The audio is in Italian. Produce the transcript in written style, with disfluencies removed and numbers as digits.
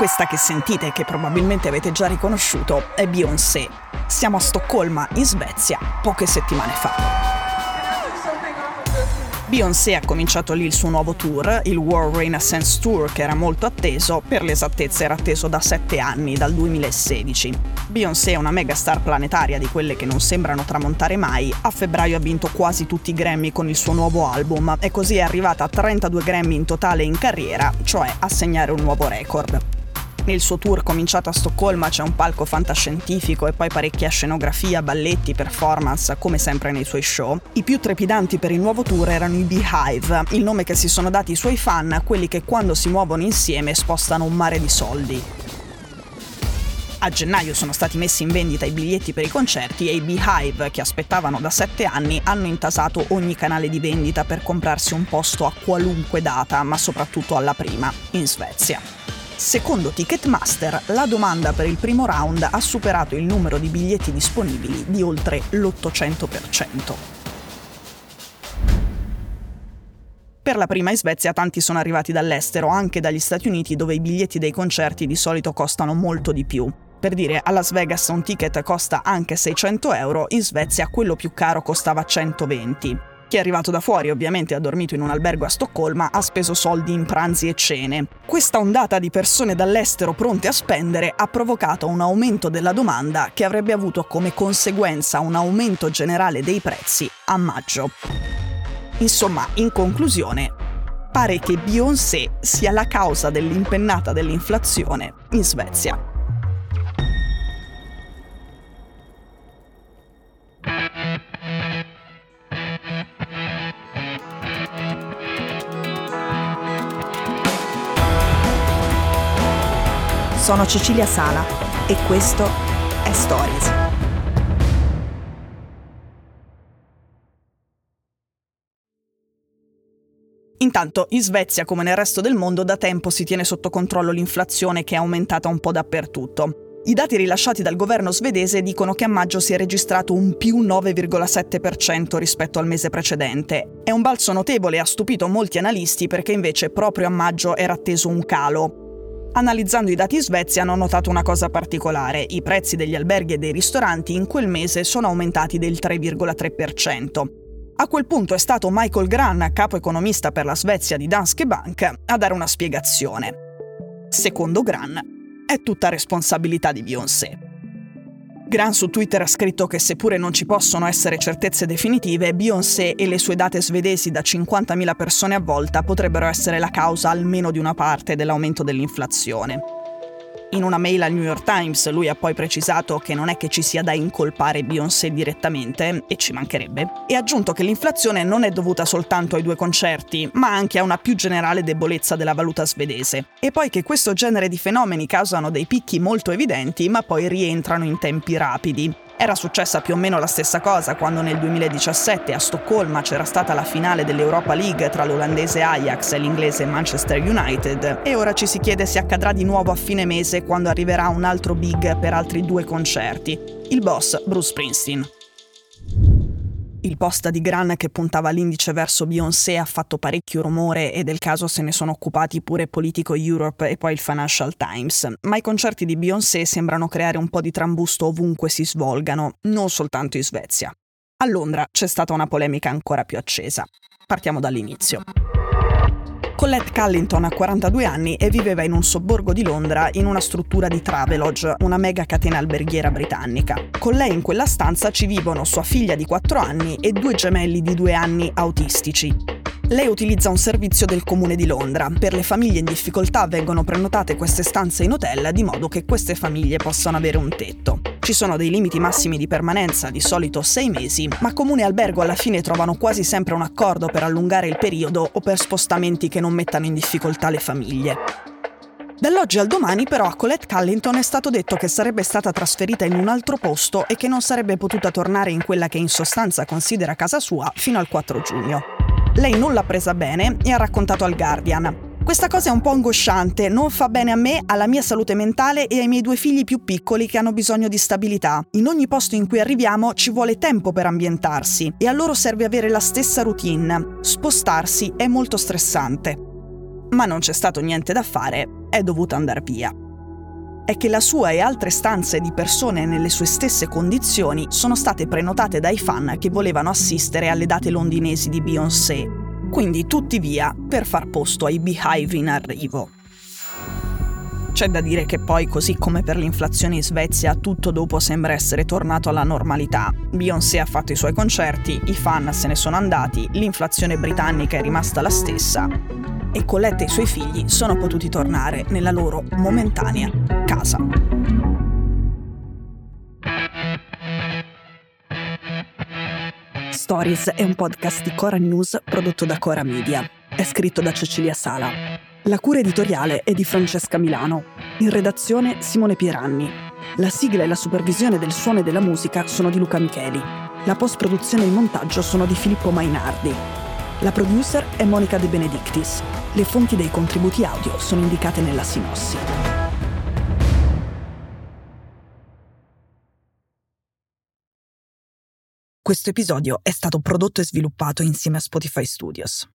Questa che sentite e che probabilmente avete già riconosciuto è Beyoncé. Siamo a Stoccolma, in Svezia, poche settimane fa. Beyoncé ha cominciato lì il suo nuovo tour, il World Renaissance Tour, che era molto atteso, per l'esattezza era atteso da 7 anni, dal 2016. Beyoncé è una megastar planetaria di quelle che non sembrano tramontare mai. A febbraio ha vinto quasi tutti i Grammy con il suo nuovo album e così è arrivata a 32 Grammy in totale in carriera, cioè a segnare un nuovo record. Nel suo tour cominciato a Stoccolma c'è un palco fantascientifico e poi parecchia scenografia, balletti, performance, come sempre nei suoi show. I più trepidanti per il nuovo tour erano i Beehive, il nome che si sono dati i suoi fan, quelli che quando si muovono insieme spostano un mare di soldi. A gennaio sono stati messi in vendita i biglietti per i concerti e i Beehive, che aspettavano da 7 anni, hanno intasato ogni canale di vendita per comprarsi un posto a qualunque data, ma soprattutto alla prima, in Svezia. Secondo Ticketmaster, la domanda per il primo round ha superato il numero di biglietti disponibili di oltre l'800%. Per la prima in Svezia tanti sono arrivati dall'estero, anche dagli Stati Uniti, dove i biglietti dei concerti di solito costano molto di più. Per dire, a Las Vegas un ticket costa anche 600 euro, in Svezia quello più caro costava 120. Chi è arrivato da fuori ovviamente ha dormito in un albergo a Stoccolma, ha speso soldi in pranzi e cene. Questa ondata di persone dall'estero pronte a spendere ha provocato un aumento della domanda che avrebbe avuto come conseguenza un aumento generale dei prezzi a maggio. Insomma, in conclusione, pare che Beyoncé sia la causa dell'impennata dell'inflazione in Svezia. Sono Cecilia Sala e questo è Stories. Intanto, in Svezia, come nel resto del mondo, da tempo si tiene sotto controllo l'inflazione che è aumentata un po' dappertutto. I dati rilasciati dal governo svedese dicono che a maggio si è registrato un più 9,7% rispetto al mese precedente. È un balzo notevole e ha stupito molti analisti perché invece proprio a maggio era atteso un calo. Analizzando i dati in Svezia hanno notato una cosa particolare: i prezzi degli alberghi e dei ristoranti in quel mese sono aumentati del 3,3%. A quel punto è stato Michael Gran, capo economista per la Svezia di Danske Bank, a dare una spiegazione. Secondo Gran, è tutta responsabilità di Beyoncé. Gran su Twitter ha scritto che seppure non ci possono essere certezze definitive, Beyoncé e le sue date svedesi da 50.000 persone a volta potrebbero essere la causa almeno di una parte dell'aumento dell'inflazione. In una mail al New York Times lui ha poi precisato che non è che ci sia da incolpare Beyoncé direttamente, e ci mancherebbe, e ha aggiunto che l'inflazione non è dovuta soltanto ai 2 concerti, ma anche a una più generale debolezza della valuta svedese, e poi che questo genere di fenomeni causano dei picchi molto evidenti ma poi rientrano in tempi rapidi. Era successa più o meno la stessa cosa quando nel 2017 a Stoccolma c'era stata la finale dell'Europa League tra l'olandese Ajax e l'inglese Manchester United, e ora ci si chiede se accadrà di nuovo a fine mese quando arriverà un altro big per altri 2 concerti, il boss Bruce Springsteen. Il post di Gran che puntava l'indice verso Beyoncé ha fatto parecchio rumore e del caso se ne sono occupati pure Politico Europe e poi il Financial Times, ma i concerti di Beyoncé sembrano creare un po' di trambusto ovunque si svolgano, non soltanto in Svezia. A Londra c'è stata una polemica ancora più accesa. Partiamo dall'inizio. Colette Callington ha 42 anni e viveva in un sobborgo di Londra in una struttura di Travelodge, una mega catena alberghiera britannica. Con lei in quella stanza ci vivono sua figlia di 4 anni e 2 gemelli di 2 anni autistici. Lei utilizza un servizio del Comune di Londra. Per le famiglie in difficoltà vengono prenotate queste stanze in hotel di modo che queste famiglie possano avere un tetto. Ci sono dei limiti massimi di permanenza, di solito 6 mesi, ma Comune e albergo alla fine trovano quasi sempre un accordo per allungare il periodo o per spostamenti che non mettano in difficoltà le famiglie. Dall'oggi al domani però a Colette Callington è stato detto che sarebbe stata trasferita in un altro posto e che non sarebbe potuta tornare in quella che in sostanza considera casa sua fino al 4 giugno. Lei non l'ha presa bene e ha raccontato al Guardian: "Questa cosa è un po' angosciante, non fa bene a me, alla mia salute mentale e ai miei 2 figli più piccoli che hanno bisogno di stabilità. In ogni posto in cui arriviamo ci vuole tempo per ambientarsi e a loro serve avere la stessa routine. Spostarsi è molto stressante." Ma non c'è stato niente da fare, è dovuta andare via. è che la sua e altre stanze di persone nelle sue stesse condizioni sono state prenotate dai fan che volevano assistere alle date londinesi di Beyoncé. Quindi tutti via per far posto ai Beehive in arrivo. C'è da dire che poi, così come per l'inflazione in Svezia, tutto dopo sembra essere tornato alla normalità. Beyoncé ha fatto i suoi concerti, i fan se ne sono andati, l'inflazione britannica è rimasta la stessa e Colette e i suoi figli sono potuti tornare nella loro momentanea casa. Stories è un podcast di Cora News prodotto da Cora Media. È scritto da Cecilia Sala. La cura editoriale è di Francesca Milano. In redazione Simone Pieranni. La sigla e la supervisione del suono e della musica sono di Luca Micheli. La post-produzione e il montaggio sono di Filippo Mainardi. La producer è Monica De Benedictis. Le fonti dei contributi audio sono indicate nella sinossi. Questo episodio è stato prodotto e sviluppato insieme a Spotify Studios.